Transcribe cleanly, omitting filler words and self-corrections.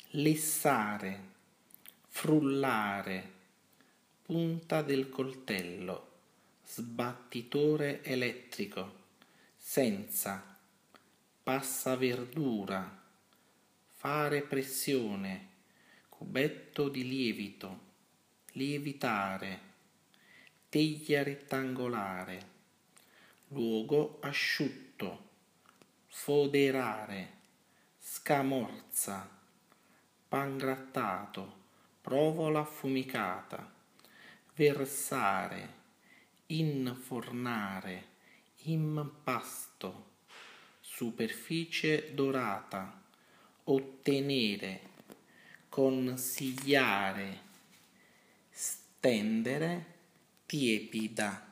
lessare, frullare, punta del coltello, sbattitore elettrico, senza, passaverdura, fare pressione, cubetto di lievito, lievitare, teglia rettangolare, luogo asciutto, foderare, scamorza, pangrattato, provola affumicata, versare, infornare, impasto, superficie dorata, ottenere, consigliare, stendere, tiepida.